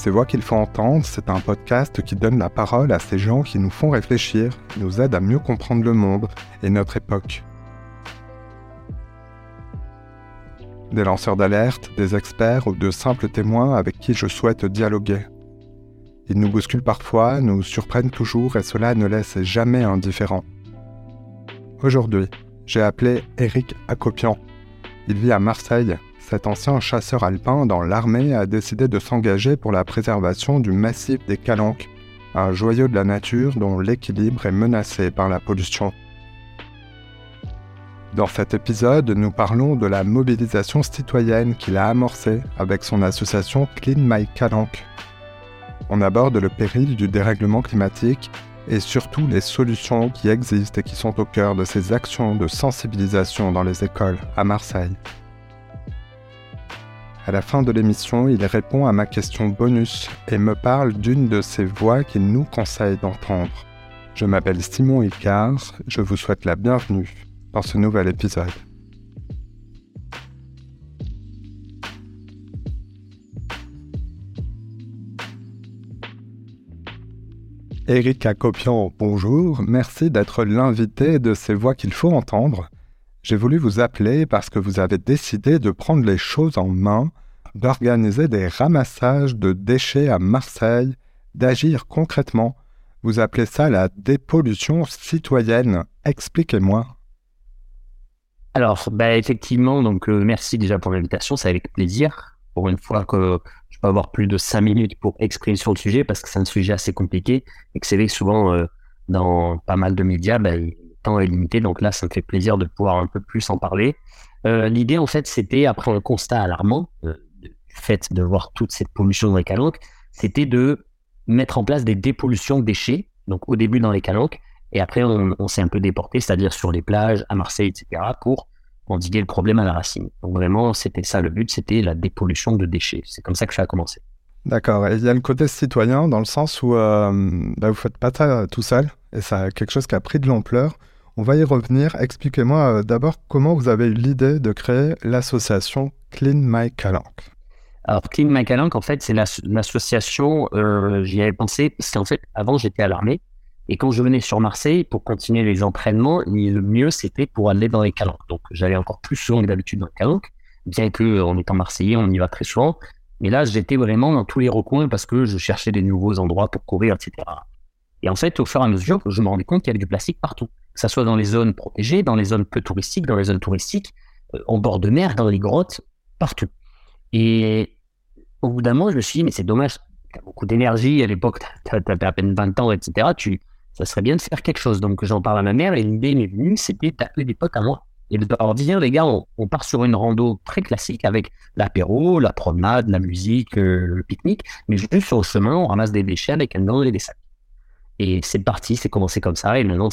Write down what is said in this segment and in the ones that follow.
Ces voix qu'il faut entendre, c'est un podcast qui donne la parole à ces gens qui nous font réfléchir, nous aident à mieux comprendre le monde et notre époque. Des lanceurs d'alerte, des experts ou de simples témoins avec qui je souhaite dialoguer. Ils nous bousculent parfois, nous surprennent toujours et cela ne laisse jamais indifférents. Aujourd'hui, j'ai appelé Éric Hacopian. Il vit à Marseille. Cet ancien chasseur alpin dans l'armée a décidé de s'engager pour la préservation du massif des Calanques, un joyau de la nature dont l'équilibre est menacé par la pollution. Dans cet épisode, nous parlons de la mobilisation citoyenne qu'il a amorcée avec son association Clean My Calanques. On aborde le péril du dérèglement climatique et surtout les solutions qui existent et qui sont au cœur de ces actions de sensibilisation dans les écoles à Marseille. À la fin de l'émission, il répond à ma question bonus et me parle d'une de ces voix qu'il nous conseille d'entendre. Je m'appelle Simon Icard, je vous souhaite la bienvenue dans ce nouvel épisode. Éric Hacopian, bonjour, merci d'être l'invité de ces voix qu'il faut entendre. J'ai voulu vous appeler parce que vous avez décidé de prendre les choses en main, d'organiser des ramassages de déchets à Marseille, d'agir concrètement. Vous appelez ça la dépollution citoyenne. Expliquez-moi. Alors, effectivement, merci déjà pour l'invitation, c'est avec plaisir. Pour une fois que je peux avoir plus de 5 minutes pour exprimer sur le sujet, parce que c'est un sujet assez compliqué et que c'est vrai que souvent, dans pas mal de médias, le temps est limité. Donc là, ça me fait plaisir de pouvoir un peu plus en parler. L'idée, en fait, c'était, après un constat alarmant du fait de voir toute cette pollution dans les Calanques, c'était de mettre en place des dépollutions de déchets, donc au début dans les Calanques, et après on s'est un peu déporté, c'est-à-dire sur les plages, à Marseille, etc., pour endiguer le problème à la racine. Donc vraiment, c'était ça le but, c'était la dépollution de déchets. C'est comme ça que ça a commencé. D'accord, et il y a le côté citoyen dans le sens où vous ne faites pas ça tout seul, et ça a quelque chose qui a pris de l'ampleur. On va y revenir. Expliquez-moi d'abord comment vous avez eu l'idée de créer l'association Clean My Calanques. Alors, Clean My Calanques, en fait, c'est l'association, j'y avais pensé, parce qu'en fait, avant, j'étais à l'armée, et quand je venais sur Marseille, pour continuer les entraînements, le mieux, c'était pour aller dans les Calanques. Donc, j'allais encore plus souvent que d'habitude dans les Calanques, bien qu'en étant Marseillais, on y va très souvent. Mais là, j'étais vraiment dans tous les recoins parce que je cherchais des nouveaux endroits pour courir, etc. Et en fait, au fur et à mesure, je me rendais compte qu'il y avait du plastique partout. Que ça soit dans les zones protégées, dans les zones peu touristiques, dans les zones touristiques, en bord de mer, dans les grottes, partout. Et au bout d'un moment, je me suis dit, mais c'est dommage, tu as beaucoup d'énergie, à l'époque, tu avais à peine 20 ans, etc. Ça serait bien de faire quelque chose. Donc j'en parle à ma mère et l'idée m'est venue, c'était d'appeler des potes à moi. Et de leur dire, les gars, on part sur une rando très classique avec l'apéro, la promenade, la musique, le pique-nique, mais juste sur le chemin, on ramasse des déchets avec un gant et des sacs. Et c'est parti, c'est commencé comme ça, et maintenant,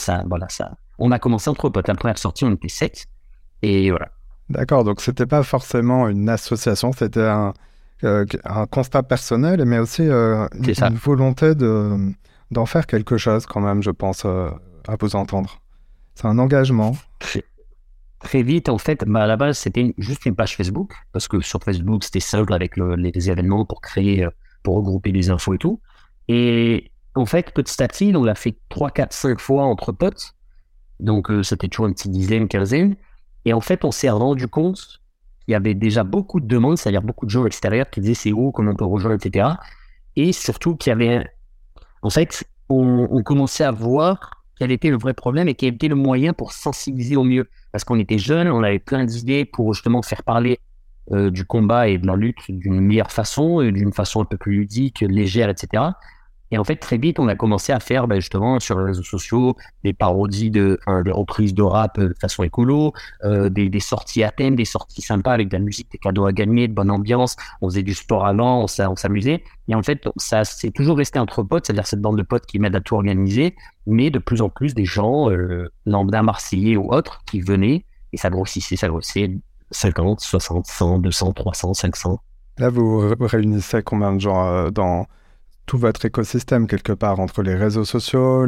on a commencé entre potes. La première sortie, on était 7, et voilà. D'accord, donc c'était pas forcément une association, c'était un constat personnel, mais aussi une volonté d'en faire quelque chose quand même, je pense, à vous entendre. C'est un engagement. Très vite, en fait, à la base, c'était juste une page Facebook, parce que sur Facebook, c'était simple avec les événements pour créer, pour regrouper les infos et tout. Et en fait, petit à petit, on l'a fait 3, 4, 5 fois entre potes. Donc, c'était toujours une petite dizaine, quinzaine. Et en fait, on s'est rendu compte qu'il y avait déjà beaucoup de demandes, c'est-à-dire beaucoup de gens extérieurs qui disaient c'est où, comment on peut rejoindre, etc. Et surtout qu'il y avait... En fait, on commençait à voir quel était le vrai problème et quel était le moyen pour sensibiliser au mieux. Parce qu'on était jeunes, on avait plein d'idées pour justement faire parler du combat et de la lutte d'une meilleure façon, et d'une façon un peu plus ludique, légère, etc. Et en fait, très vite, on a commencé à faire justement sur les réseaux sociaux des parodies des reprises de rap de façon écolo, des sorties à thème, des sorties sympas avec de la musique, des cadeaux à gagner, de bonne ambiance. On faisait du sport avant, on s'amusait. Et en fait, ça c'est toujours resté entre potes, c'est-à-dire cette bande de potes qui m'aident à tout organiser, mais de plus en plus des gens lambda marseillais ou autres qui venaient, et ça grossissait 50, 60, 100, 200, 300, 500. Là, vous réunissez combien de gens dans tout votre écosystème quelque part, entre les réseaux sociaux,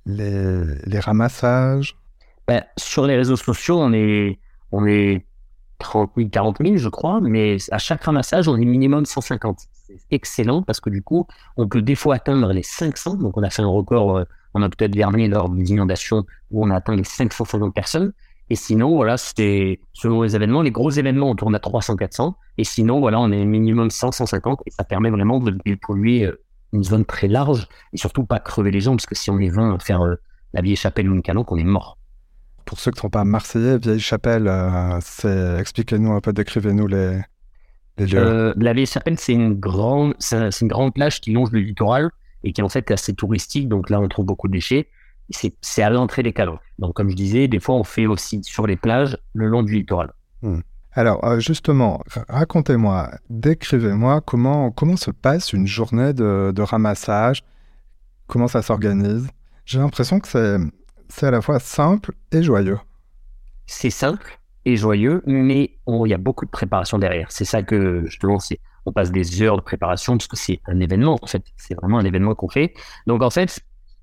les ramassages? Sur les réseaux sociaux, on est 30 000, 40 000, je crois, mais à chaque ramassage, on est minimum 150. C'est excellent parce que du coup, on peut des fois atteindre les 500. Donc, on a fait un record en octobre dernier lors des inondations où on a atteint les 550 personnes. Et sinon, voilà, c'était selon les événements. Les gros événements, on tourne à 300, 400. Et sinon, voilà, on est minimum 100, 150. Et ça permet vraiment de dépolluer une zone très large et surtout pas crever les gens parce que si on est 20 à faire la Vieille Chapelle ou une calanque, on est mort. Pour ceux qui ne sont pas marseillais, Vieille Chapelle, expliquez-nous un peu, décrivez-nous les lieux. La Vieille Chapelle, c'est une grande plage qui longe le littoral et qui est en fait assez touristique. Donc là, on trouve beaucoup de déchets. C'est à l'entrée des calanques. Donc, comme je disais, des fois, on fait aussi sur les plages le long du littoral. Alors, justement, racontez-moi, décrivez-moi comment se passe une journée de ramassage, comment ça s'organise. J'ai l'impression que c'est à la fois simple et joyeux. C'est simple et joyeux, mais il y a beaucoup de préparation derrière. C'est ça que justement, on passe des heures de préparation parce que c'est un événement, en fait. C'est vraiment un événement qu'on fait. Donc, en fait,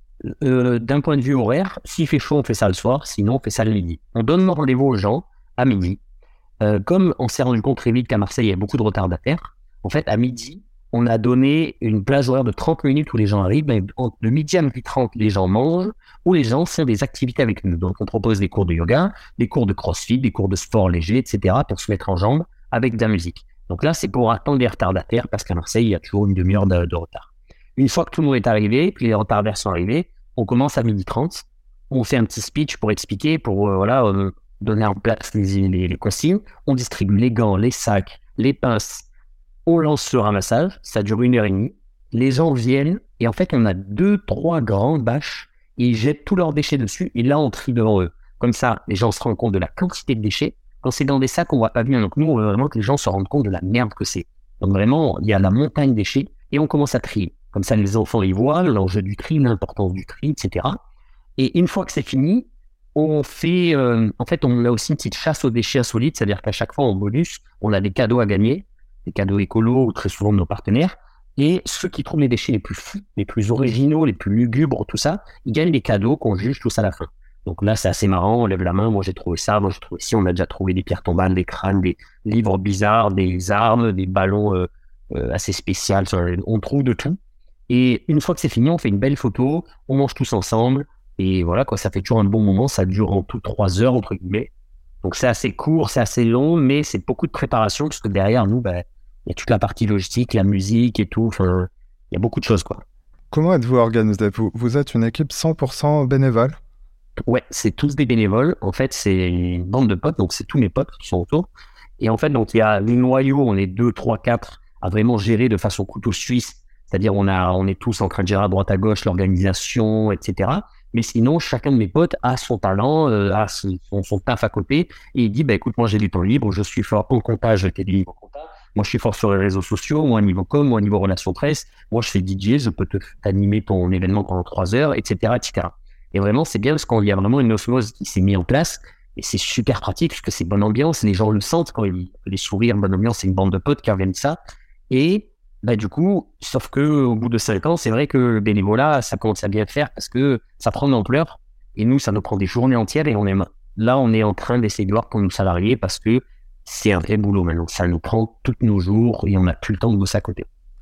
d'un point de vue horaire, s'il fait chaud, on fait ça le soir, sinon, on fait ça le midi. On donne rendez-vous aux gens à midi. Comme on s'est rendu compte très vite qu'à Marseille, il y a beaucoup de retardataires, en fait, à midi, on a donné une plage horaire de 30 minutes où les gens arrivent. De midi à midi 30, les gens mangent ou les gens font des activités avec nous. Donc, on propose des cours de yoga, des cours de crossfit, des cours de sport léger, etc. pour se mettre en jambes avec de la musique. Donc là, c'est pour attendre les retardataires parce qu'à Marseille, il y a toujours une demi-heure de retard. Une fois que tout le monde est arrivé, puis les retardataires sont arrivés, on commence à midi 30. On fait un petit speech pour expliquer, pour donner en place les consignes. On distribue les gants, les sacs, les pinces. On lance le ramassage, ça dure 1h30. Les gens viennent et en fait, on a 2-3 grandes bâches et ils jettent tous leurs déchets dessus et là, on trie devant eux. Comme ça, les gens se rendent compte de la quantité de déchets. Quand c'est dans des sacs, on voit pas bien. Donc nous, on veut vraiment que les gens se rendent compte de la merde que c'est. Donc vraiment, il y a la montagne de déchets et on commence à trier. Comme ça, les enfants, ils voient l'enjeu du tri, l'importance du tri, etc. Et une fois que c'est fini, on fait, en fait, on a aussi une petite chasse aux déchets insolites, c'est-à-dire qu'à chaque fois, en bonus, on a des cadeaux à gagner, des cadeaux écolos, très souvent de nos partenaires, et ceux qui trouvent les déchets les plus fous, les plus originaux, les plus lugubres, tout ça, ils gagnent des cadeaux qu'on juge tous à la fin. Donc là, c'est assez marrant, on lève la main, moi j'ai trouvé ça, moi j'ai trouvé ci, on a déjà trouvé des pierres tombales, des crânes, des livres bizarres, des armes, des ballons assez spéciaux, on trouve de tout. Et une fois que c'est fini, on fait une belle photo, on mange tous ensemble, et voilà, quoi, ça fait toujours un bon moment, ça dure en tout 3 heures, entre guillemets. Donc c'est assez court, c'est assez long, mais c'est beaucoup de préparation, parce que derrière nous, il y a toute la partie logistique, la musique et tout, enfin, il y a beaucoup de choses, quoi. Comment êtes-vous organisé? Vous êtes une équipe 100% bénévole? Ouais, c'est tous des bénévoles. En fait, c'est une bande de potes, donc c'est tous mes potes qui sont autour. Et en fait, donc il y a les noyaux, on est 2, 3, 4 à vraiment gérer de façon couteau suisse. C'est-à-dire, on est tous en train de gérer à droite à gauche l'organisation, etc. Mais sinon, chacun de mes potes a son talent, a son taf à côté. Et il dit, écoute, moi j'ai du temps libre, je suis fort au comptage, j'étais du niveau comptage. Moi, je suis fort sur les réseaux sociaux, moi, niveau com, moi, niveau relations presse. Moi, je fais DJ, je peux t'animer ton événement pendant 3 heures, etc., etc. Et vraiment, c'est bien parce qu'il y a vraiment une osmose qui s'est mise en place. Et c'est super pratique parce que c'est bonne ambiance. Les gens le sentent quand ils les sourires, bonne ambiance, c'est une bande de potes qui reviennent de ça. Et du coup, sauf qu'au bout de 5 ans, c'est vrai que le bénévolat, ça commence à bien faire parce que ça prend de l'ampleur. Et nous, ça nous prend des journées entières. Et on est en train d'essayer de voir pour nos salariés parce que c'est un vrai boulot maintenant. Ça nous prend tous nos jours et on n'a plus le temps de bosser à côté.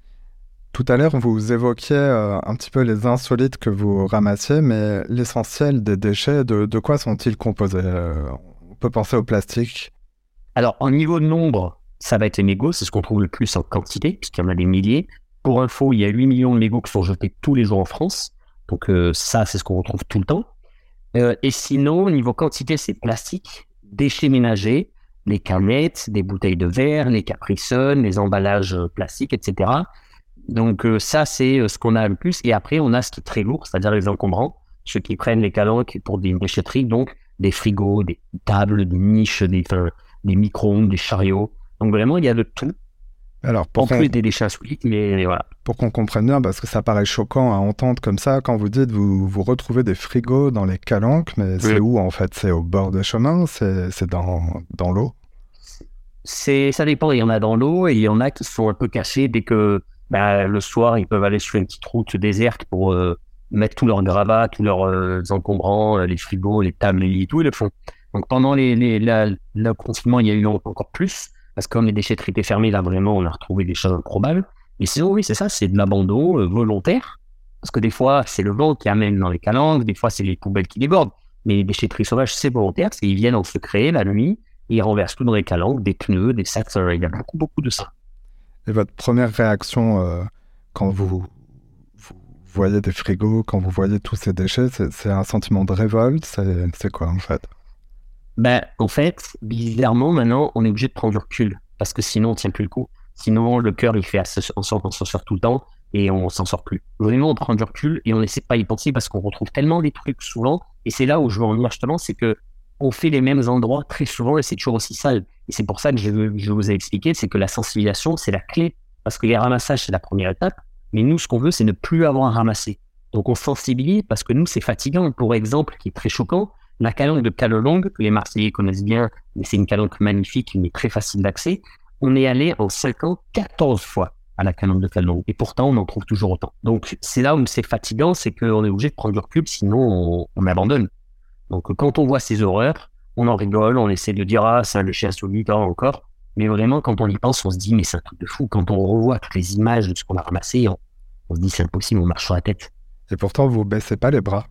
Tout à l'heure, vous évoquiez un petit peu les insolites que vous ramassiez, mais l'essentiel des déchets, de quoi sont-ils composés? On peut penser au plastique. Alors, en niveau de nombre, ça va être les mégots, c'est ce qu'on trouve le plus en quantité, puisqu'il y en a des milliers. Pour info, il y a 8 millions de mégots qui sont jetés tous les jours en France. Donc ça, c'est ce qu'on retrouve tout le temps. Et sinon, au niveau quantité, c'est plastique, déchets ménagers, les canettes, des bouteilles de verre, les Capri-Sun, les emballages plastiques, etc. Donc ça, c'est ce qu'on a le plus. Et après, on a ce qui est très lourd, c'est-à-dire les encombrants, ceux qui prennent les calanques pour des déchetteries, donc des frigos, des tables, des niches, des micro-ondes, des chariots. Donc vraiment, il y a de tout. Alors, en plus des déchets insolites, mais voilà. Pour qu'on comprenne bien, parce que ça paraît choquant à entendre comme ça, quand vous dites vous retrouvez des frigos dans les calanques, mais c'est où en fait? C'est au bord des chemins? C'est dans l'eau? Ça dépend, il y en a dans l'eau et il y en a qui sont un peu cachés dès que le soir, ils peuvent aller sur une petite route déserte pour mettre tous leurs gravats, tous leurs encombrants, les frigos, les tables, les lits, tout, ils le font. Donc pendant le confinement, il y a eu encore plus, parce que comme les déchetteries étaient fermées, là vraiment, on a retrouvé des choses improbables. Mais sinon, oui, c'est ça, c'est de l'abandon volontaire, parce que des fois, c'est le vent qui amène dans les calanques, des fois, c'est les poubelles qui débordent. Mais les déchetteries sauvages, c'est volontaire, c'est qu'ils viennent en secret la nuit, et ils renversent tout dans les calanques, des pneus, des sacs, il y a beaucoup, beaucoup de ça. Et votre première réaction quand vous voyez des frigos, quand vous voyez tous ces déchets, c'est un sentiment de révolte, c'est quoi en fait? En fait, bizarrement, maintenant, on est obligé de prendre du recul, parce que sinon, on tient plus le coup. Sinon, le cœur, il fait en sorte qu'on s'en sort tout le temps, et on s'en sort plus. Vraiment, on prend du recul, et on essaie de pas y penser, parce qu'on retrouve tellement des trucs souvent, et c'est là où je veux en venir justement, c'est que on fait les mêmes endroits très souvent, et c'est toujours aussi sale. Et c'est pour ça que je vous ai expliqué, c'est que la sensibilisation, c'est la clé, parce que les ramassages, c'est la première étape, mais nous, ce qu'on veut, c'est ne plus avoir à ramasser. Donc, on sensibilise, parce que nous, c'est fatigant. Pour exemple, qui est très choquant, la calanque de Calolongue, que les Marseillais connaissent bien, mais c'est une calanque magnifique, mais très facile d'accès. On est allé en 5 ans 14 fois à la calanque de Calolongue. Et pourtant, on en trouve toujours autant. Donc, c'est là où c'est fatigant, c'est qu'on est obligé de prendre du recul, sinon on abandonne. Donc, quand on voit ces horreurs, on en rigole, on essaie de dire « Ah, c'est un déchet insolite, encore ». Mais vraiment, quand on y pense, on se dit « Mais c'est un truc de fou ». Quand on revoit toutes les images de ce qu'on a ramassé, on se dit « C'est impossible, on marche sur la tête ». Et pourtant, vous baissez pas les bras.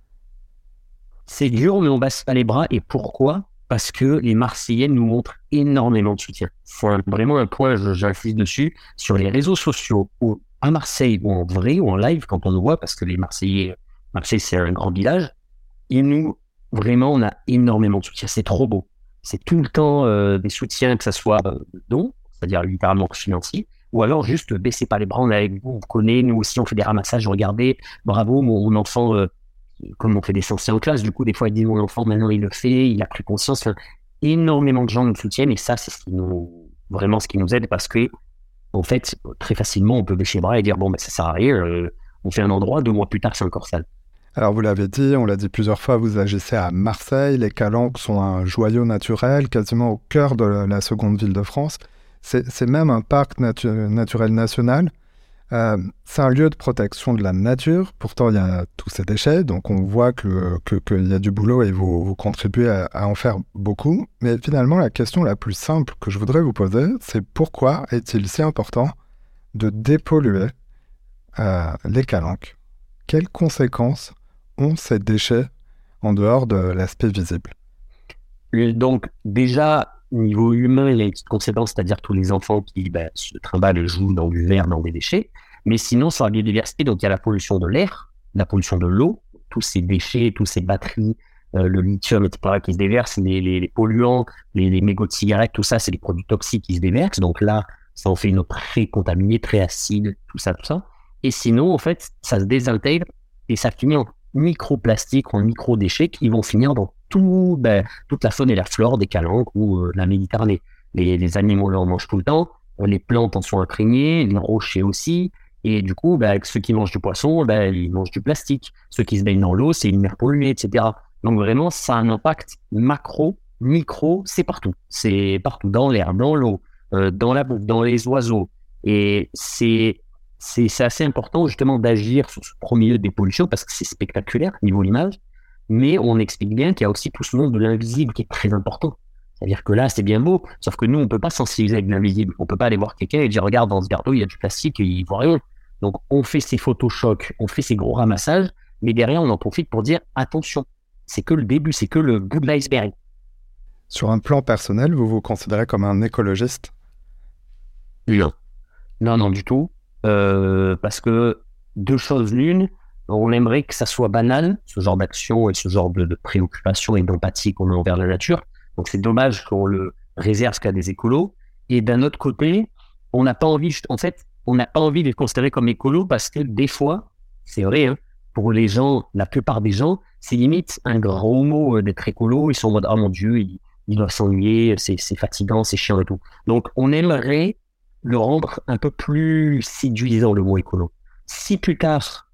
C'est dur, mais on baisse pas les bras. Et pourquoi? Parce que les Marseillais nous montrent énormément de soutien. C'est vraiment un point, j'insiste dessus, sur les réseaux sociaux, ou à Marseille, ou en vrai, ou en live, quand on nous voit, parce que les Marseillais, Marseille, c'est un grand village, et nous, vraiment, on a énormément de soutien. C'est trop beau. C'est tout le temps des soutiens, que ce soit dons, c'est-à-dire littéralement financiers, ou alors juste baissez pas les bras, on est avec vous, on connaît, nous aussi, on fait des ramassages, regardez, bravo, mon enfant... comme on fait des séances en classe, du coup, des fois, il dit mon enfant, maintenant, il le fait, il a pris conscience. Enfin, énormément de gens nous soutiennent et ça, c'est vraiment ce qui nous aide parce que, en fait, très facilement, on peut baisser les bras et dire, bon, ça sert à rien, on fait un endroit, 2 mois plus tard, c'est encore sale. Alors, vous l'avez dit, on l'a dit plusieurs fois, vous agissez à Marseille. Les calanques sont un joyau naturel, quasiment au cœur de la seconde ville de France. C'est même un parc naturel national. C'est un lieu de protection de la nature, pourtant il y a tous ces déchets, donc on voit qu'il y a du boulot et vous contribuez à en faire beaucoup. Mais finalement, la question la plus simple que je voudrais vous poser, c'est pourquoi est-il si important de dépolluer les calanques? Quelles conséquences ont ces déchets en dehors de l'aspect visible? Donc, déjà, niveau humain, il y a une petite conséquence, c'est-à-dire tous les enfants qui se trimballent et jouent dans du verre, dans des déchets. Mais sinon, sur la biodiversité, donc il y a la pollution de l'air, la pollution de l'eau, tous ces déchets, toutes ces batteries, le lithium, etc., qui se déversent, les polluants, les mégots de cigarettes, tout ça, c'est des produits toxiques qui se déversent. Donc là, ça en fait une eau très contaminée, très acide, tout ça, tout ça. Et sinon, en fait, ça se désintègre et ça finit en microplastiques, en micro-déchets qui vont finir dans toute la faune et la flore des calanques ou la Méditerranée. Les animaux en mangent tout le temps, les plantes en sont imprégnées, les rochers aussi. Et du coup, ceux qui mangent du poisson, ils mangent du plastique. Ceux qui se baignent dans l'eau, c'est une mer polluée, etc. Donc vraiment, ça a un impact macro, micro, c'est partout. C'est partout, dans l'air, dans l'eau, dans la bouffe, dans les oiseaux. Et c'est assez important justement d'agir sur ce premier lieu des pollutions parce que c'est spectaculaire niveau image. Mais on explique bien qu'il y a aussi tout ce monde de l'invisible qui est très important. C'est-à-dire que là, c'est bien beau, sauf que nous, on ne peut pas sensibiliser avec l'invisible. On ne peut pas aller voir quelqu'un et dire, regarde, dans ce verre d'eau, il y a du plastique et il ne voit rien. Donc, on fait ces photochocs, on fait ces gros ramassages, mais derrière, on en profite pour dire, attention, c'est que le début, c'est que le bout de l'iceberg. Sur un plan personnel, vous vous considérez comme un écologiste? Non. Non, du tout. Parce que deux choses l'une, on aimerait que ça soit banal, ce genre d'action et ce genre de préoccupation et d'empathie qu'on a envers la nature. Donc c'est dommage qu'on le réserve qu'à des écolos. Et d'un autre côté, on n'a pas envie, en fait, on n'a pas envie de les considérer comme écolos parce que des fois, c'est vrai, hein, pour les gens, la plupart des gens, c'est limite un gros mot d'être écolo. Ils sont en mode, oh mon Dieu, ils doivent s'ennuyer, c'est fatigant, c'est chiant et tout. Donc on aimerait le rendre un peu plus séduisant, le mot écolo. Si plus tard,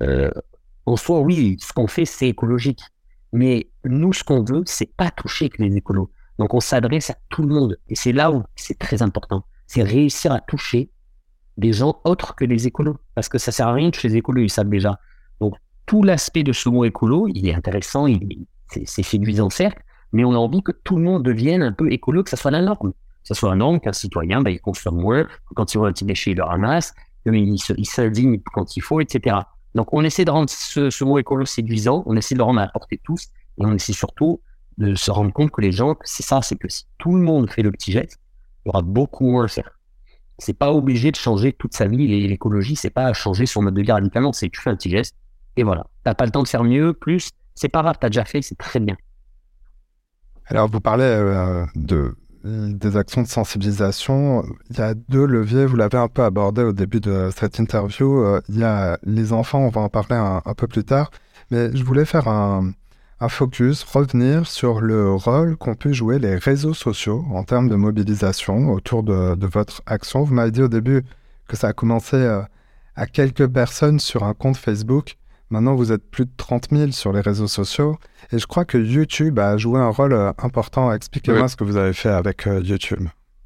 en soi, oui, ce qu'on fait, c'est écologique. Mais nous, ce qu'on veut, c'est pas toucher que les écolos. Donc, on s'adresse à tout le monde. Et c'est là où c'est très important. C'est réussir à toucher des gens autres que les écolos. Parce que ça sert à rien de toucher les écolos, ils savent déjà. Donc, tout l'aspect de ce mot écolo, il est intéressant, c'est séduisant, certes, mais on a envie que tout le monde devienne un peu écolo, que ça soit la norme. Que ça soit la norme qu'un citoyen, il consomme moins, que quand il voit un petit déchet, il le ramasse, il s'indigne quand il faut, etc. Donc, on essaie de rendre ce mot écolo séduisant, on essaie de le rendre à la portée de tous, et on essaie surtout de se rendre compte que les gens, c'est ça, c'est que si tout le monde fait le petit geste, il y aura beaucoup moins à faire. C'est pas obligé de changer toute sa vie, et l'écologie, c'est pas changer son mode de vie radicalement, c'est tu fais un petit geste, et voilà. T'as pas le temps de faire mieux, plus, c'est pas grave, t'as déjà fait, c'est très bien. Alors, vous parlez des actions de sensibilisation. Il y a deux leviers, vous l'avez un peu abordé au début de cette interview. Il y a les enfants, on va en parler un peu plus tard, mais je voulais faire un focus, revenir sur le rôle qu'ont pu jouer les réseaux sociaux en termes de mobilisation autour de votre action. Vous m'avez dit au début que ça a commencé à quelques personnes sur un compte Facebook. Maintenant, vous êtes plus de 30 000 sur les réseaux sociaux. Et je crois que YouTube a joué un rôle important. Expliquez-moi ce que vous avez fait avec YouTube.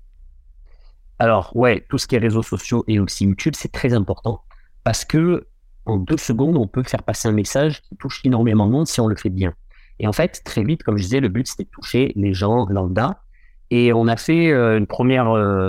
Alors, ouais, tout ce qui est réseaux sociaux et aussi YouTube, c'est très important parce que en 2 secondes, on peut faire passer un message qui touche énormément de monde si on le fait bien. Et en fait, très vite, comme je disais, le but, c'était de toucher les gens lambda. Et on a fait une première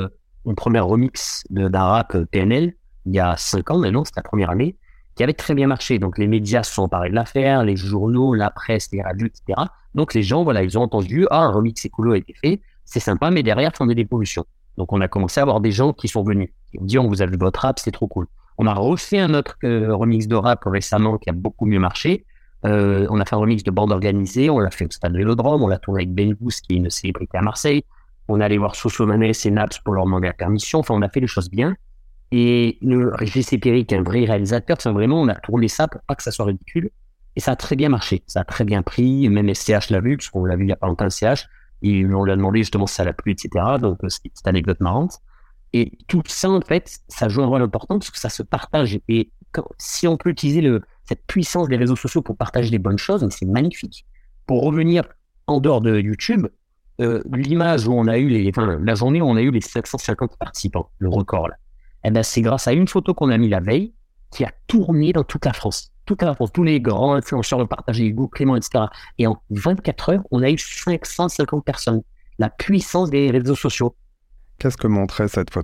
remix d'un rap PNL il y a 5 ans maintenant, c'était la première année, qui avait très bien marché. Donc, les médias se sont emparés de l'affaire, les journaux, la presse, les radios, etc. Donc, les gens, voilà, ils ont entendu, un remix écolo a été fait, c'est sympa, mais derrière, il y en a des pollutions. Donc, on a commencé à avoir des gens qui sont venus. Ils ont dit, on vous a vu votre rap, c'est trop cool. On a refait un autre remix de rap récemment qui a beaucoup mieux marché. On a fait un remix de bande organisée, on l'a fait au Stade Vélodrome, on l'a tourné avec Ben Gous, qui est une célébrité à Marseille. On est allé voir Sosomanes et Naps pour leur demander la permission. Enfin, on a fait les choses bien. Et le Régis Sépéry, qui est un vrai réalisateur, c'est vraiment, on a tourné ça pour pas que ça soit ridicule. Et ça a très bien marché. Ça a très bien pris. Même SCH l'a vu, parce qu'on l'a vu il y a pas longtemps, SCH. Et on lui a demandé justement si ça l'a plu, etc. Donc, c'est une petite anecdote marrante. Et tout ça, en fait, ça joue un rôle important parce que ça se partage. Et si on peut utiliser cette puissance des réseaux sociaux pour partager des bonnes choses, c'est magnifique. Pour revenir en dehors de YouTube, l'image où on a eu la journée où on a eu les 550 participants, le record là, eh ben, c'est grâce à une photo qu'on a mis la veille qui a tourné dans toute la France. Toute la France, tous les grands influenceurs le partageaient, Hugo, Clément, etc. Et en 24 heures, on a eu 550 personnes. La puissance des réseaux sociaux. Qu'est-ce que montrait cette photo ?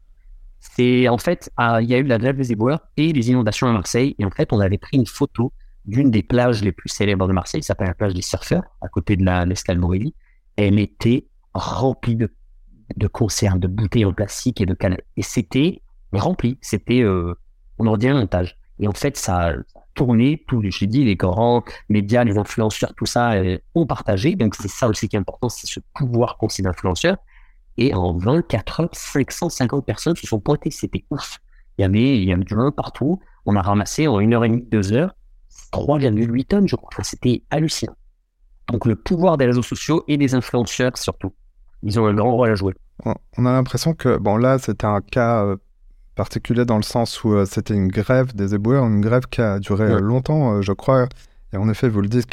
C'est en fait, il y a eu la grève des éboueurs et les inondations à Marseille. Et en fait, on avait pris une photo d'une des plages les plus célèbres de Marseille, qui s'appelle la plage des surfeurs, à côté de l'Escale Morelli. Elle était remplie de conserves, de bouteilles en plastique et de canettes. Et c'était rempli. C'était, on en dirait un montage. Et en fait, ça a tourné. Je dis, les grands médias, les influenceurs, tout ça, ont partagé. Donc, c'est ça aussi qui est important, c'est ce pouvoir qu'ont ces influenceurs. Et en 24 heures, 550 personnes se sont pointées. C'était ouf. Il y avait du monde partout. On a ramassé en 1h30, 2 heures, 3,8 tonnes, je crois. Enfin, c'était hallucinant. Donc, le pouvoir des réseaux sociaux et des influenceurs, surtout. Ils ont un grand rôle à jouer. On a l'impression que, bon là, c'était un cas particulier dans le sens où c'était une grève des éboueurs, une grève qui a duré longtemps, je crois. Et en effet, vous le dites, qui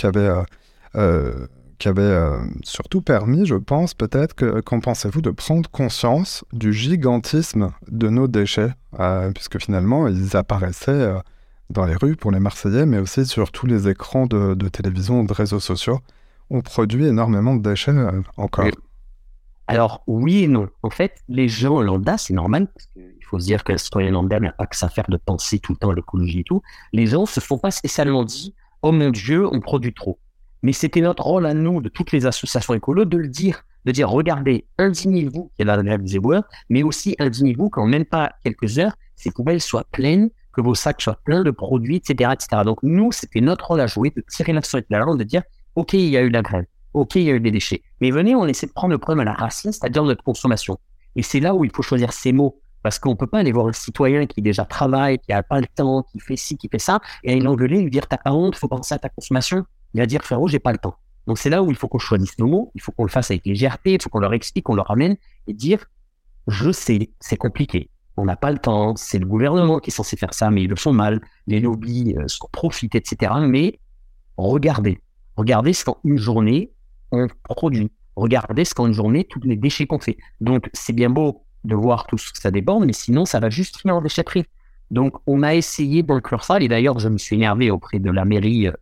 avait surtout permis, je pense, peut-être, qu'en pensez-vous, de prendre conscience du gigantisme de nos déchets, puisque finalement, ils apparaissaient dans les rues pour les Marseillais, mais aussi sur tous les écrans de télévision, de réseaux sociaux. On produit énormément de déchets encore. Oui. Alors, oui et non. En fait, les gens lambda, c'est normal, parce qu'il faut se dire qu'un citoyen lambda n'a pas que ça à faire de penser tout le temps à l'écologie et tout. Les gens se sont pas spécialement dit « Oh mon Dieu, on produit trop ». Mais c'était notre rôle à nous, de toutes les associations écolo, de le dire. De dire « Regardez, indignez-vous qu'il y a la grève des éboueurs, mais aussi indignez-vous qu'en même pas quelques heures, ces poubelles soient pleines, que vos sacs soient pleins de produits, etc. etc. » Donc nous, c'était notre rôle à jouer, de tirer la sonnette d'alarme, de dire « Ok, il y a eu la grève. Ok, il y a eu des déchets. Mais venez, on essaie de prendre le problème à la racine, c'est-à-dire notre consommation. » Et c'est là où il faut choisir ses mots. Parce qu'on ne peut pas aller voir un citoyen qui déjà travaille, qui n'a pas le temps, qui fait ci, qui fait ça, et aller l'engueuler, lui dire « T'as pas honte, il faut penser à ta consommation. » Il va dire « Frérot, j'ai pas le temps. » Donc c'est là où il faut qu'on choisisse nos mots, il faut qu'on le fasse avec légèreté, il faut qu'on leur explique, qu'on leur ramène, et dire « Je sais, c'est compliqué. On n'a pas le temps, c'est le gouvernement qui est censé faire ça, mais ils le font mal. Les lobbies s'en profitent, etc. Mais regardez ce qu'en une journée, on produit. Regardez ce qu'en une journée, tous les déchets qu'on fait. Donc, c'est bien beau de voir tout ce que ça déborde, mais sinon, ça va juste finir en déchetterie. Donc, on a essayé d'inclure ça. Et d'ailleurs, je me suis énervé auprès de la mairie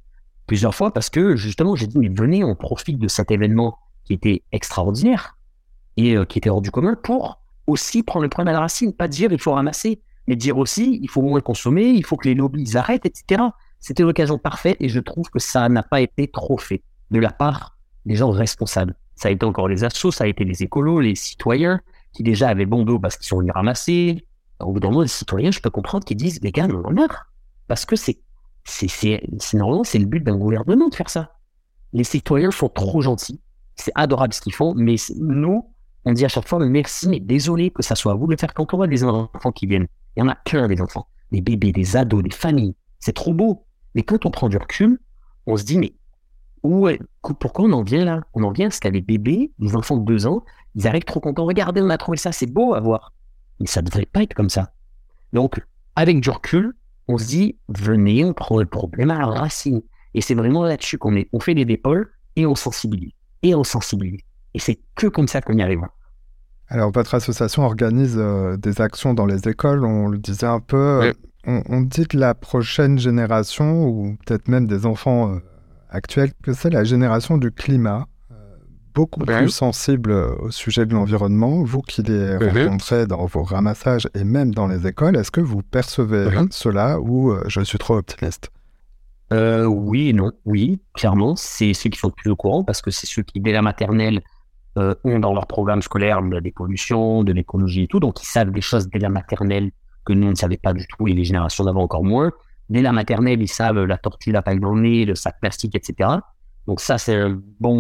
plusieurs fois parce que justement, j'ai dit, mais venez, on profite de cet événement qui était extraordinaire et qui était hors du commun pour aussi prendre le problème à la racine, pas dire il faut ramasser, mais dire aussi il faut moins consommer, il faut que les lobbies ils arrêtent, etc. C'était l'occasion parfaite et je trouve que ça n'a pas été trop fait de la part des gens responsables. Ça a été encore les assos, ça a été les écolos, les citoyens qui déjà avaient bon dos parce qu'ils sont venus ramasser. Au bout d'un moment, les citoyens, je peux comprendre qu'ils disent les gars, on en a marre. Parce que c'est normalement, c'est le but d'un gouvernement de faire ça. Les citoyens sont trop gentils, c'est adorable ce qu'ils font, mais nous, on dit à chaque fois merci, mais désolé que ça soit à vous de le faire quand on voit des enfants qui viennent. Il y en a plein des enfants, des bébés, des ados, des familles. C'est trop beau. Mais quand on prend du recul, on se dit mais pourquoi on en vient là? On en vient parce qu'il y a des bébés, des enfants de 2 ans, ils arrivent trop contents. Regardez, on a trouvé ça, c'est beau à voir. Mais ça ne devrait pas être comme ça. Donc, avec du recul, on se dit, venez, on prend le problème à la racine. Et c'est vraiment là-dessus qu'on est. On fait des épaules et on sensibilise. Et on sensibilise. Et c'est que comme ça qu'on y arrive. Alors, votre association organise des actions dans les écoles, on le disait un peu. Oui. On dit que la prochaine génération, ou peut-être même des enfants actuels, que c'est la génération du climat, beaucoup plus sensible au sujet de l'environnement. Vous qui les rencontrez dans vos ramassages et même dans les écoles, est-ce que vous percevez cela ou je suis trop optimiste? Oui et non. Oui, clairement, c'est ceux qui sont le plus au courant parce que c'est ceux qui, dès la maternelle, ont dans leur programme scolaire des pollutions, de l'écologie et tout. Donc, ils savent des choses dès la maternelle que nous ne savions pas du tout et les générations d'avant encore moins. Dès la maternelle, ils savent la tortue, la paille dans le nez, le sac plastique, etc. Donc ça, c'est un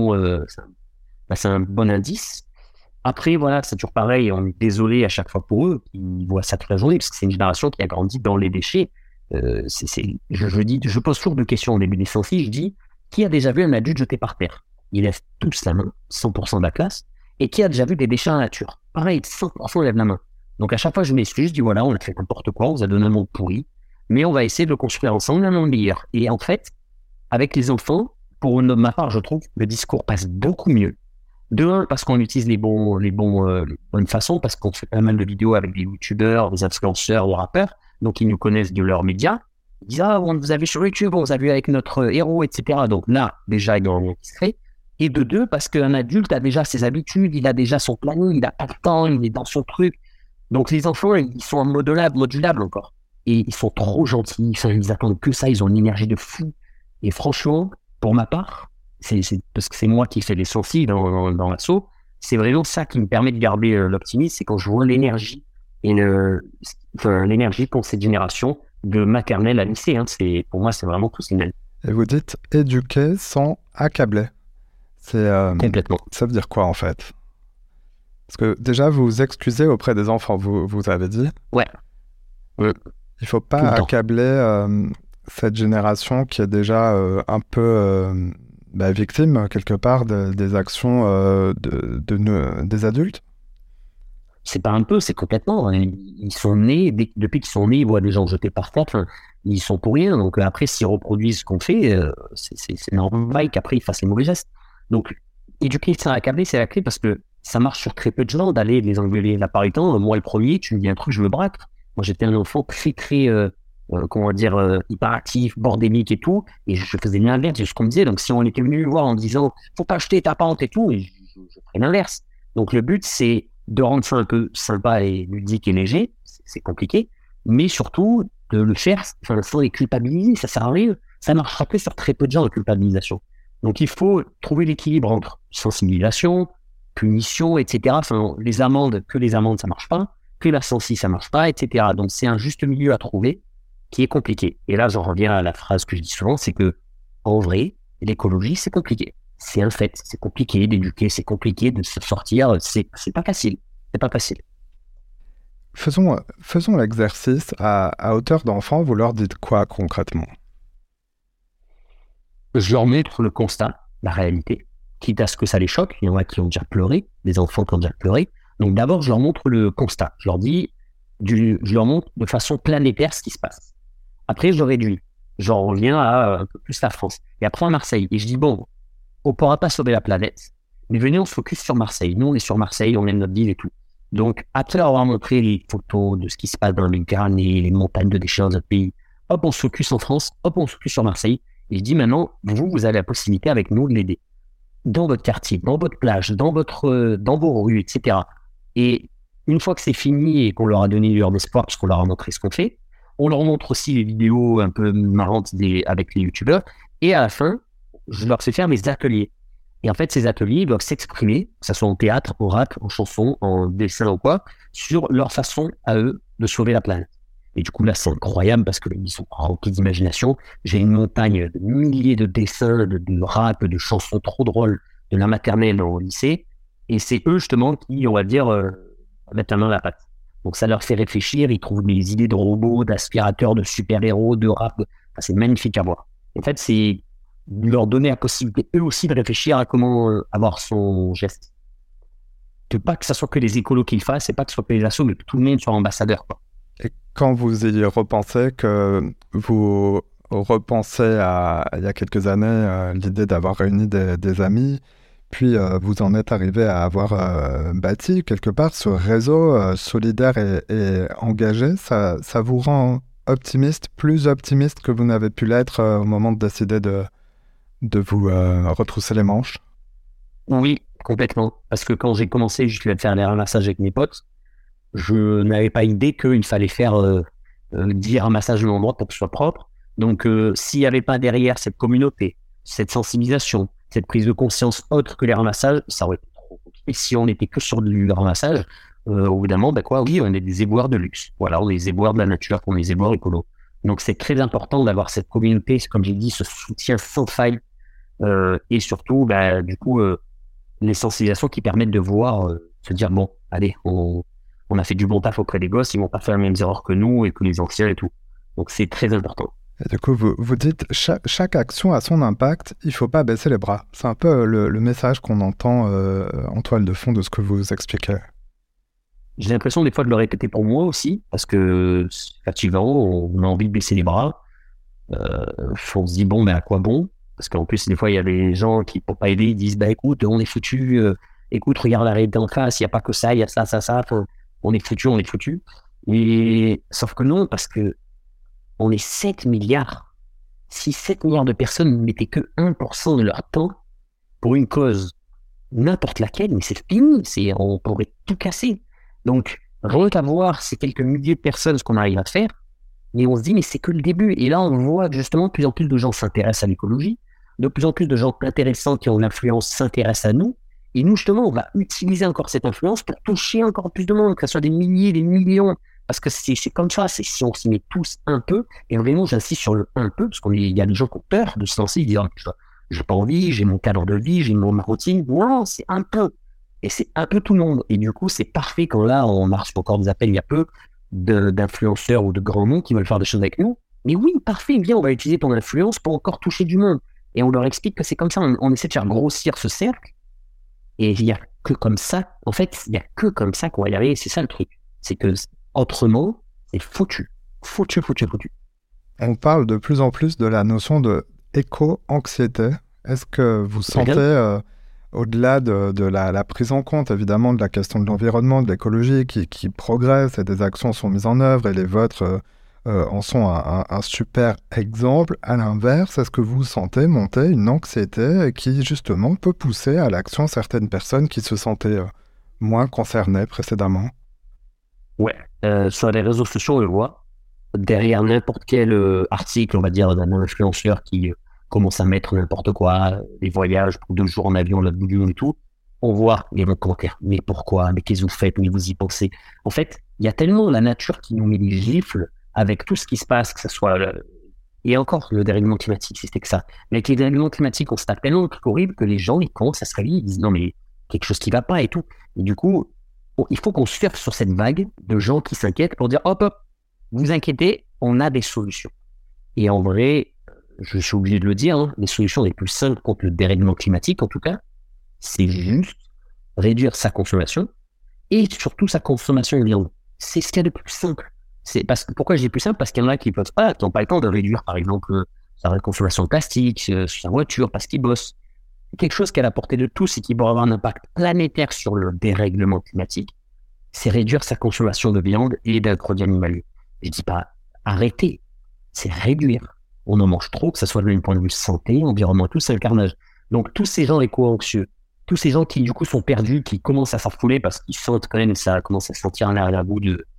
bon indice. Après, voilà, c'est toujours pareil. On est désolé à chaque fois pour eux. Ils voient ça toute la journée parce que c'est une génération qui a grandi dans les déchets. Je pose toujours deux questions au début des sensi. Je dis, qui a déjà vu un adulte jeté par terre? Ils lèvent tous la main, 100% de la classe. Et qui a déjà vu des déchets en nature? Pareil, 100% lève la main. Donc à chaque fois, je m'excuse, je dis voilà, on a fait n'importe quoi, on vous a donné un monde pourri, mais on va essayer de le construire ensemble un monde meilleur. Et en fait, avec les enfants, pour ma part, je trouve que le discours passe beaucoup mieux. De un, parce qu'on utilise les bonnes façons, parce qu'on fait pas mal de vidéos avec des youtubeurs, des influenceurs, des rappeurs, donc ils nous connaissent de leurs médias. Ils disent on vous a vu sur YouTube, on vous a vu avec notre héros, etc. Donc là, déjà, il y a un discret. Et de deux, parce qu'un adulte a déjà ses habitudes, il a déjà son planning, il n'a pas le temps, il est dans son truc. Donc les enfants, ils sont en modulable encore. Et ils sont trop gentils, ils attendent que ça, ils ont une énergie de fou. Et franchement, pour ma part, c'est parce que c'est moi qui fais les sourcils dans l'assaut, c'est vraiment ça qui me permet de garder l'optimisme, c'est quand je vois l'énergie et l'énergie pour cette génération de maternelle à lycée. Pour moi, c'est vraiment tout ce qui m'aide. Et vous dites éduquer sans accabler. Complètement. Ça veut dire quoi en fait? Parce que déjà, vous vous excusez auprès des enfants, vous avez dit. Ouais. Il ne faut pas accabler cette génération qui est déjà un peu victime, quelque part, des actions des adultes. C'est pas un peu, c'est complètement. Ils sont nés, depuis qu'ils sont nés, ils voient des gens jetés par terre, ils sont pour rien. Donc après, s'ils reproduisent ce qu'on fait, c'est normal qu'après ils fassent les mauvais gestes. Donc, éduquer sans accabler, c'est la clé parce que ça marche sur très peu de gens d'aller les engueuler. La plupart du temps, moi le premier, tu me dis un truc, je me braque. Moi j'étais un enfant très hyperactif, bordélique et tout, et je faisais l'inverse de ce qu'on me disait. Donc si on était venu me voir en me disant faut pas acheter ta pente et tout, et je ferais l'inverse. Donc le but c'est de rendre ça un peu sympa et ludique et léger, c'est compliqué, mais surtout de le faire sans les culpabiliser, ça sert à rien. Ça marchera que sur très peu de gens, la culpabilisation. Donc il faut trouver l'équilibre entre sensibilisation, punition, etc. Les amendes, ça marche pas, que la sensi, ça marche pas, etc. Donc c'est un juste milieu à trouver qui est compliqué. Et là, j'en reviens à la phrase que je dis souvent, c'est que en vrai, l'écologie, c'est compliqué. C'est un fait, c'est compliqué d'éduquer, c'est compliqué de se sortir, c'est pas facile. C'est pas facile. Faisons l'exercice à hauteur d'enfant, vous leur dites quoi concrètement? Je leur montre le constat, la réalité, quitte à ce que ça les choque. Il y en a qui ont déjà pleuré, des enfants qui ont déjà pleuré. Donc d'abord, je leur montre le constat. Je leur montre de façon planétaire ce qui se passe. Après, je réduis. J'en reviens à un peu plus la France. Et après à Marseille. Et je dis, bon, on ne pourra pas sauver la planète, mais venez, on se focus sur Marseille. Nous, on est sur Marseille, on aime notre ville et tout. Donc, après avoir montré les photos de ce qui se passe dans les Méditerranée, les montagnes de déchets dans notre pays, hop, on se focus en France, hop, on se focus sur Marseille. Et je dis maintenant, vous avez la possibilité avec nous de l'aider. Dans votre quartier, dans votre plage, dans vos rues, etc. Et une fois que c'est fini et qu'on leur a donné une lueur d'espoir, parce qu'on leur a montré ce qu'on fait, on leur montre aussi les vidéos un peu marrantes avec les youtubeurs. Et à la fin, je leur fais faire des ateliers. Et en fait, ces ateliers ils doivent s'exprimer, que ce soit en théâtre, en rap, en chanson, en dessin ou quoi, sur leur façon à eux de sauver la planète. Et du coup, là, c'est incroyable parce qu'ils sont remplis d'imagination. J'ai une montagne de milliers de dessins, de rap, de chansons trop drôles de la maternelle au lycée. Et c'est eux, justement, qui, on va dire, mettent la main à la pâte. Donc, ça leur fait réfléchir. Ils trouvent des idées de robots, d'aspirateurs, de super-héros, de rap. Enfin, c'est magnifique à voir. En fait, c'est leur donner la possibilité, eux aussi, de réfléchir à comment avoir son geste. Que pas que ce soit que les écolos qui le fassent, et pas que ce soit que les assos, mais que tout le monde soit ambassadeur, quoi. Et quand vous y repensez, que vous repensez à il y a quelques années l'idée d'avoir réuni des amis, puis vous en êtes arrivé à avoir bâti quelque part ce réseau solidaire et engagé, ça vous rend optimiste, plus optimiste que vous n'avez pu l'être au moment de décider de vous retrousser les manches? Oui, complètement. Parce que quand j'ai commencé, je devais faire les ramassages avec mes potes. Je n'avais pas idée qu'il fallait faire 10 ramassages au même endroit pour que ce soit propre. Donc, s'il n'y avait pas derrière cette communauté, cette sensibilisation, cette prise de conscience autre que les ramassages, ça aurait été trop compliqué. Si on n'était que sur du ramassage, au bout d'un moment, oui, on est des éboueurs de luxe. Voilà, on est des éboueurs de la nature, on est des éboueurs écolos. Donc, c'est très important d'avoir cette communauté, comme j'ai dit, ce soutien sans faille et surtout, du coup, les sensibilisations qui permettent de voir, se dire, bon, allez, on a fait du bon taf auprès des gosses, ils vont pas faire les mêmes erreurs que nous et que les anciens et tout. Donc c'est très important. Et du coup, vous dites, chaque action a son impact, il faut pas baisser les bras. C'est un peu le message qu'on entend en toile de fond de ce que vous expliquez. J'ai l'impression des fois de le répéter pour moi aussi, parce que fatigant, on a envie de baisser les bras. On se dit, bon, à quoi bon? Parce qu'en plus, des fois, il y a des gens qui, pour pas aider, ils disent, écoute, on est foutu, écoute, regarde la réalité en face, il n'y a pas que ça, il y a ça, on est foutu, on est foutu. Et sauf que non, parce que on est 7 milliards. Si 7 milliards de personnes ne mettaient que 1% de leur temps pour une cause, n'importe laquelle, mais c'est fini, on pourrait tout casser. Donc, rien qu'à voir ces quelques milliers de personnes, ce qu'on arrive à faire, mais on se dit, mais c'est que le début. Et là, on voit que justement, de plus en plus de gens s'intéressent à l'écologie, de plus en plus de gens intéressants qui ont l'influence s'intéressent à nous. Et nous, justement, on va utiliser encore cette influence pour toucher encore plus de monde, que ce soit des milliers, des millions. Parce que c'est comme ça, c'est si on s'y met tous un peu, et vraiment, j'insiste sur le un peu, parce qu'il y a des gens qui ont peur de se lancer, ils disent, j'ai pas envie, j'ai mon cadre de vie, j'ai ma routine. Non, c'est un peu. Et c'est un peu tout le monde. Et du coup, c'est parfait quand là, on marche encore des appels il y a peu d'influenceurs ou de grands noms qui veulent faire des choses avec nous. Mais oui, parfait, viens, on va utiliser ton influence pour encore toucher du monde. Et on leur explique que c'est comme ça, on essaie de faire grossir ce cercle. Et il n'y a que comme ça, en fait, il n'y a que comme ça qu'on va y arriver. C'est ça le truc. C'est que autrement, c'est foutu. Foutu. On parle de plus en plus de la notion de éco-anxiété. Est-ce que vous sentez, au-delà de la prise en compte, évidemment, de la question de l'environnement, de l'écologie, qui progresse et des actions sont mises en œuvre et les vôtres en sont un super exemple. À l'inverse, est-ce que vous sentez monter une anxiété qui, justement, peut pousser à l'action certaines personnes qui se sentaient moins concernées précédemment? Ouais, sur les réseaux sociaux, on le voit. Derrière n'importe quel article, on va dire, d'un influenceur qui commence à mettre n'importe quoi, des voyages pour 2 jours en avion, l'autre bout du monde et tout, on voit les commentaires. Mais pourquoi? Mais qu'est-ce que vous faites? Mais vous y pensez? En fait, il y a tellement la nature qui nous met des gifles avec tout ce qui se passe, que ce soit... Et encore, le dérèglement climatique, c'était que ça. Mais avec les dérèglements climatiques, on se tape tellement de trucs horribles que les gens, ils commencent à se réveiller, ils disent non, mais quelque chose qui va pas et tout. Et du coup, il faut qu'on surfe sur cette vague de gens qui s'inquiètent pour dire hop, vous inquiétez, on a des solutions. Et en vrai, je suis obligé de le dire, les solutions les plus simples contre le dérèglement climatique, en tout cas, c'est juste réduire sa consommation et surtout sa consommation de viande. C'est ce qu'il y a de plus simple. Pourquoi je dis plus simple? Parce qu'il y en a qui n'ont pas le temps de réduire, par exemple, sa consommation de plastique, sa voiture, parce qu'ils bossent. Quelque chose qui est à la portée de tous et qui va avoir un impact planétaire sur le dérèglement climatique, c'est réduire sa consommation de viande et d'un produit animalier. Je dis pas arrêter, c'est réduire. on en mange trop, que ce soit d'un point de vue santé, environnement, tout, c'est un carnage. Donc, tous ces gens éco-anxieux, tous ces gens qui, du coup, sont perdus, qui commencent à s'affoler parce qu'ils sentent quand même, ça commence à sentir un arrière-goût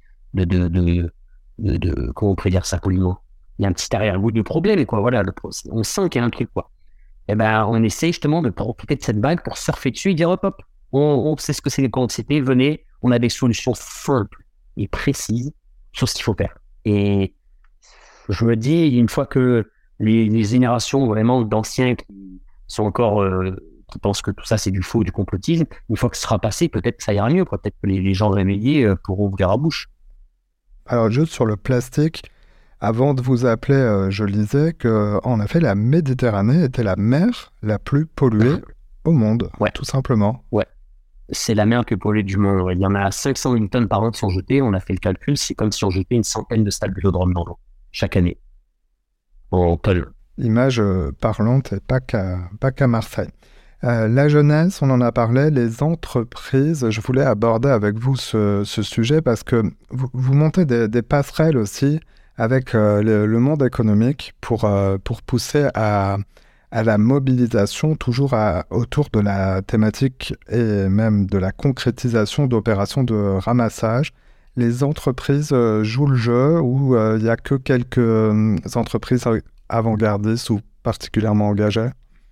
comment on pourrait dire ça poliment? Il y a un petit arrière-goût de problème, quoi. Voilà, on sent qu'il y a un truc, quoi. Et ben, on essaie justement de profiter de cette vague pour surfer dessus et dire hop, hop, on sait ce que c'est l'éco-anxiété, venez, on a des solutions simples et précises sur ce qu'il faut faire. Et je me dis, une fois que les générations vraiment d'anciens qui sont encore, qui pensent que tout ça c'est du faux, du complotisme, une fois que ce sera passé, peut-être que ça ira mieux, quoi. Peut-être que les gens réveillés pourront ouvrir la bouche. Alors juste sur le plastique, avant de vous appeler, je lisais que en effet la Méditerranée était la mer la plus polluée au monde, Ouais. tout simplement. Ouais. C'est la mer plus polluée du monde. Ouais. Il y en a 500 000 tonnes par an qui sont jetées. On a fait le calcul, c'est comme si on jetait une centaine de stades vélodromes dans l'eau chaque année. En tonnes. Image parlante et pas qu'à Marseille. La jeunesse, on en a parlé, les entreprises, je voulais aborder avec vous ce sujet parce que vous montez des passerelles aussi avec le monde économique pour pousser à la mobilisation toujours autour de la thématique et même de la concrétisation d'opérations de ramassage. Les entreprises jouent le jeu ou il n'y a que quelques entreprises avant-gardistes ou particulièrement engagées?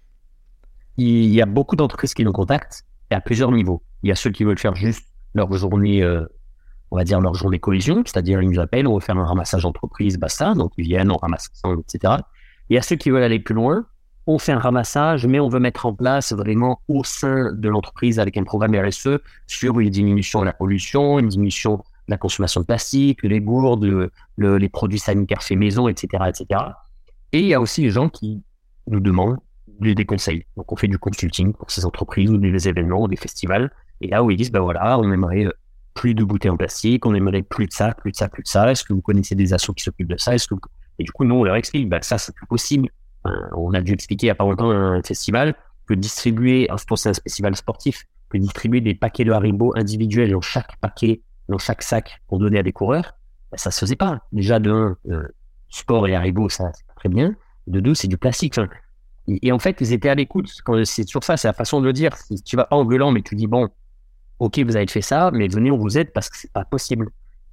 Il y a beaucoup d'entreprises qui nous contactent et à plusieurs niveaux. Il y a ceux qui veulent faire juste leur journée, on va dire leur journée collision, c'est-à-dire ils nous appellent, on veut faire un ramassage d'entreprise, basta, donc ils viennent, on ramasse, etc. Il y a ceux qui veulent aller plus loin, on fait un ramassage, mais on veut mettre en place vraiment au sein de l'entreprise avec un programme RSE sur une diminution de la pollution, une diminution de la consommation de plastique, les gourdes, les produits sanitaires faits maison, etc., etc. Et il y a aussi les gens qui nous demandent des conseils. Donc, on fait du consulting pour ces entreprises ou des événements ou des festivals. Et là où ils disent, ben voilà, on aimerait plus de bouteilles en plastique, on aimerait plus de ça, plus de ça, plus de ça. Est-ce que vous connaissez des assos qui s'occupent de ça? Et du coup, nous, on leur explique, ben ça, c'est plus possible. On a dû expliquer il n'y a pas longtemps à un festival que distribuer, je pense que c'est un festival sportif, que distribuer des paquets de Haribo individuels dans chaque paquet, dans chaque sac pour donner à des coureurs, ben, ça se faisait pas. Déjà, de un, sport et Haribo, ça, c'est pas très bien. De deux, c'est du plastique. Hein. Et en fait, ils étaient à l'écoute. C'est toujours ça, c'est la façon de le dire. Si tu vas pas en gueulant, mais tu dis, bon, ok, vous avez fait ça, mais venez, on vous aide parce que c'est pas possible.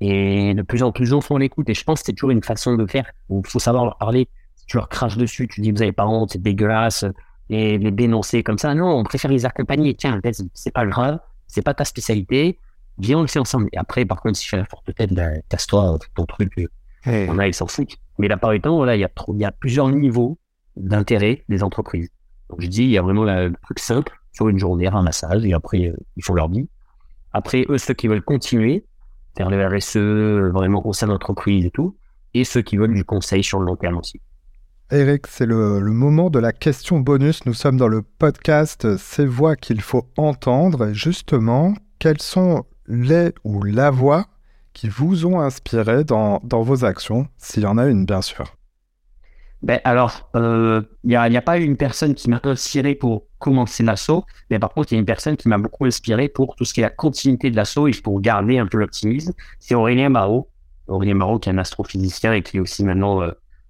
Et de plus en plus de gens sont à l'écoute. Et je pense que c'est toujours une façon de faire. Il faut savoir leur parler. Si tu leur craches dessus, tu dis, vous avez pas honte, c'est dégueulasse, et les dénoncer comme ça. Non, on préfère les accompagner. Tiens, c'est pas grave, c'est pas ta spécialité. Viens, on le fait ensemble. Et après, par contre, si tu fais la forte tête, ben, casse-toi, ton truc. On a, ils s'en foutent. Mais la part du temps, voilà, il y a plusieurs niveaux d'intérêt des entreprises. Donc je dis, il y a vraiment le truc simple sur une journée, ramassage, et après ils font leur vie. Après eux, ceux qui veulent continuer, faire le RSE, vraiment au sein de l'entreprise et tout, et ceux qui veulent du conseil sur le long terme aussi. Eric, c'est le moment de la question bonus. Nous sommes dans le podcast Ces voix qu'il faut entendre. Et justement, quelles sont les ou la voix qui vous ont inspiré dans vos actions, s'il y en a une, bien sûr? Ben alors, il y a pas une personne qui m'a inspiré pour commencer l'assaut, mais par contre, il y a une personne qui m'a beaucoup inspiré pour tout ce qui est la continuité de l'assaut et pour garder un peu l'optimisme. C'est Aurélien Barraud. Aurélien Barraud, qui est un astrophysicien et qui est aussi maintenant,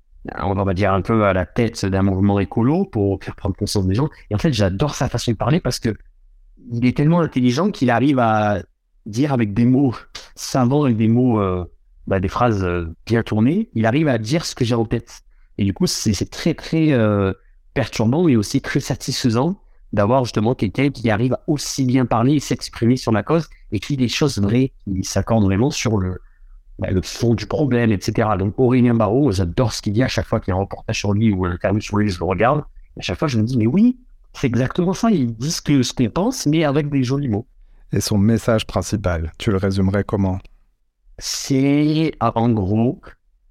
on va dire, un peu à la tête d'un mouvement écolo pour faire prendre conscience des gens. Et en fait, j'adore sa façon de parler parce que il est tellement intelligent qu'il arrive à dire avec des mots savants et des mots, des phrases bien tournées, il arrive à dire ce que j'ai en tête. Et du coup, c'est très, très perturbant et aussi très satisfaisant d'avoir justement quelqu'un qui arrive à aussi bien parler et s'exprimer sur la cause et qui dit des choses vraies, qui s'accordent vraiment sur le fond du problème, etc. Donc Aurélien Barraud, j'adore ce qu'il dit à chaque fois qu'il y a un reportage sur lui ou un interview sur lui, je le regarde. À chaque fois, je me dis, mais oui, c'est exactement ça. Il dit ce qu'on pense, mais avec des jolis mots. Et son message principal, tu le résumerais comment? C'est en gros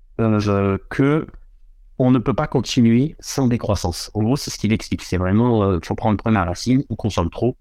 que on ne peut pas continuer sans décroissance. En gros, c'est ce qu'il explique. C'est vraiment, il faut prendre le premier racine, on consomme trop,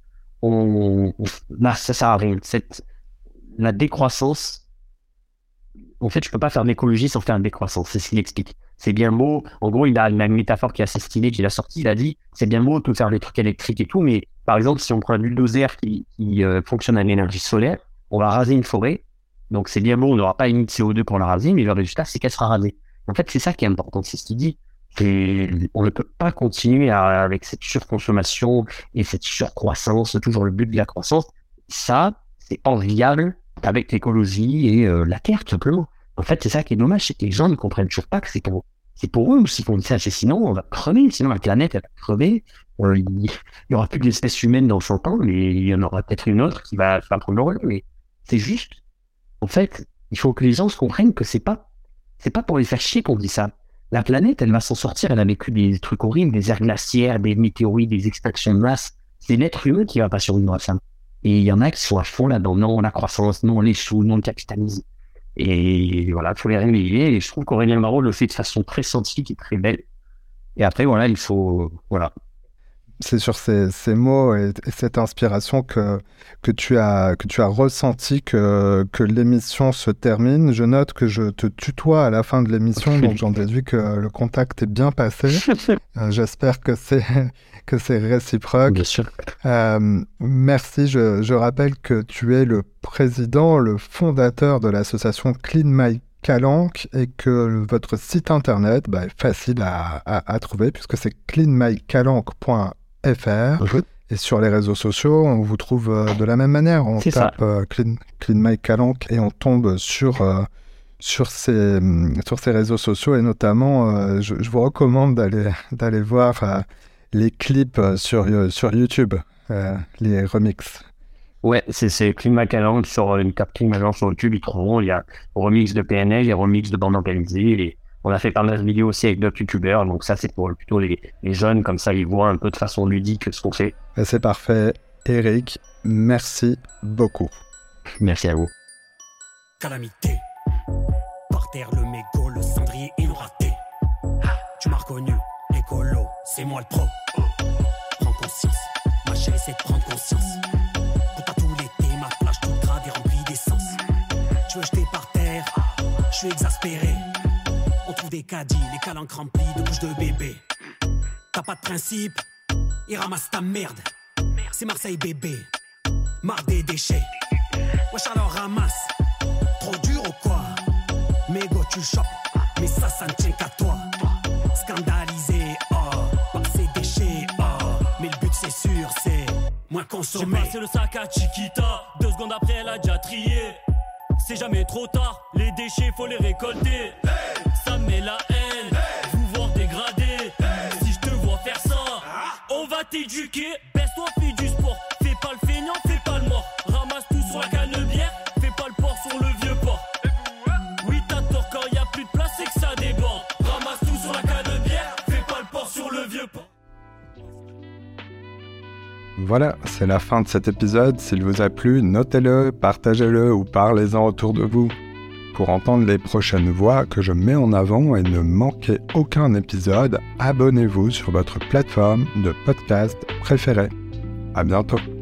là, ça sert à rien. La décroissance, en fait, je peux pas faire de l'écologie sans faire une décroissance. C'est ce qu'il explique. C'est bien beau. En gros, il a une métaphore qui est assez stylée qu'il a sortie. Il a dit, c'est bien beau de faire des trucs électriques et tout, mais par exemple, si on prend un bulldozer qui fonctionne à l'énergie solaire, on va raser une forêt. Donc, c'est bien beau, on n'aura pas émis de CO2 pour la raser, mais le résultat, c'est qu'elle sera rasée. En fait, c'est ça qui est important, c'est ce qu'il dit. On ne peut pas continuer avec cette surconsommation et cette surcroissance, toujours le but de la croissance. Ça, c'est enviable avec l'écologie et la terre, tout simplement. En fait, c'est ça qui est dommage, c'est que les gens ne comprennent toujours pas que c'est pour eux aussi qu'on dit ça. Sinon, on va crever, sinon la planète, elle va crever. Il n'y aura plus d'espèces humaines dans 100 ans, mais il y en aura peut-être une autre qui va prendre le relais. Mais c'est juste, en fait, il faut que les gens se comprennent que c'est pas pour les faire chier qu'on dit ça. La planète, elle va s'en sortir. Elle a vécu des trucs horribles, des ères glaciaires, des météorites, des extinctions de masse. C'est l'être humain qui va pas survivre à ça. Et il y en a qui sont à fond là-dedans. Non, la croissance, non, les sous, non, le capitalisme. Et voilà, il faut les réveiller. Et je trouve qu'Aurélien Barraud le fait de façon très scientifique et très belle. Et après, voilà, il faut... Voilà. C'est sur ces mots et cette inspiration que tu as ressenti que l'émission se termine. Je note que je te tutoie à la fin de l'émission, donc j'en déduis que le contact est bien passé. J'espère que c'est réciproque. Bien sûr. Merci. Je rappelle que tu es le président, le fondateur de l'association Clean My Calanque et que votre site internet est facile à trouver puisque c'est cleanmycalanque.fr. Et sur les réseaux sociaux, on vous trouve de la même manière. On tape Clean My Calanque et on tombe sur ces réseaux sociaux. Et notamment, je vous recommande d'aller voir les clips sur YouTube, les remixes. Ouais, c'est Clean My Calanque sur une carte Clean My Calanque sur YouTube. Ils trouveront, il y a remix de PNL, il y a remix de bande organisée. On a fait pas mal de vidéos aussi avec d'autres youtubeurs, donc ça c'est pour plutôt les jeunes, comme ça ils voient un peu de façon ludique ce qu'on fait. C'est parfait. Eric, merci beaucoup. Merci à vous. Calamité, par terre le mégot, le cendrier et le raté. Tu m'as reconnu, écolo, c'est moi le pro. Prends conscience, ma chérie c'est de prendre conscience. Pour tout l'été, ma plage toute grade est remplie d'essence. Tu veux jeter par terre, je suis exaspéré. On trouve des caddies, les calanques remplies de bouches de bébé. T'as pas de principe, et ramasse ta merde. C'est Marseille bébé, marre des déchets. Wesh alors ramasse, trop dur ou quoi? Mégo tu chopes, mais ça ne tient qu'à toi. Scandalisé, par ces déchets, mais le but c'est sûr, c'est moins consommer. J'ai passé le sac à Chiquita, 2 secondes après elle a déjà trié. C'est jamais trop tard, les déchets faut les récolter. Ça met la haine, vous voir dégrader. Si je te vois faire ça, on va t'éduquer. Baisse-toi, fais du sport, fais pas le feignant, fais pas le mort. Ramasse tout sur la canne-bière, fais pas le port sur le vieux port. Oui t'as tort, quand y a plus de place c'est que ça déborde. Ramasse tout sur la canne-bière, fais pas le port sur le vieux port. Voilà, c'est la fin de cet épisode. S'il vous a plu, notez-le, partagez-le ou parlez-en autour de vous. Pour entendre les prochaines voix que je mets en avant et ne manquez aucun épisode, abonnez-vous sur votre plateforme de podcast préférée. À bientôt.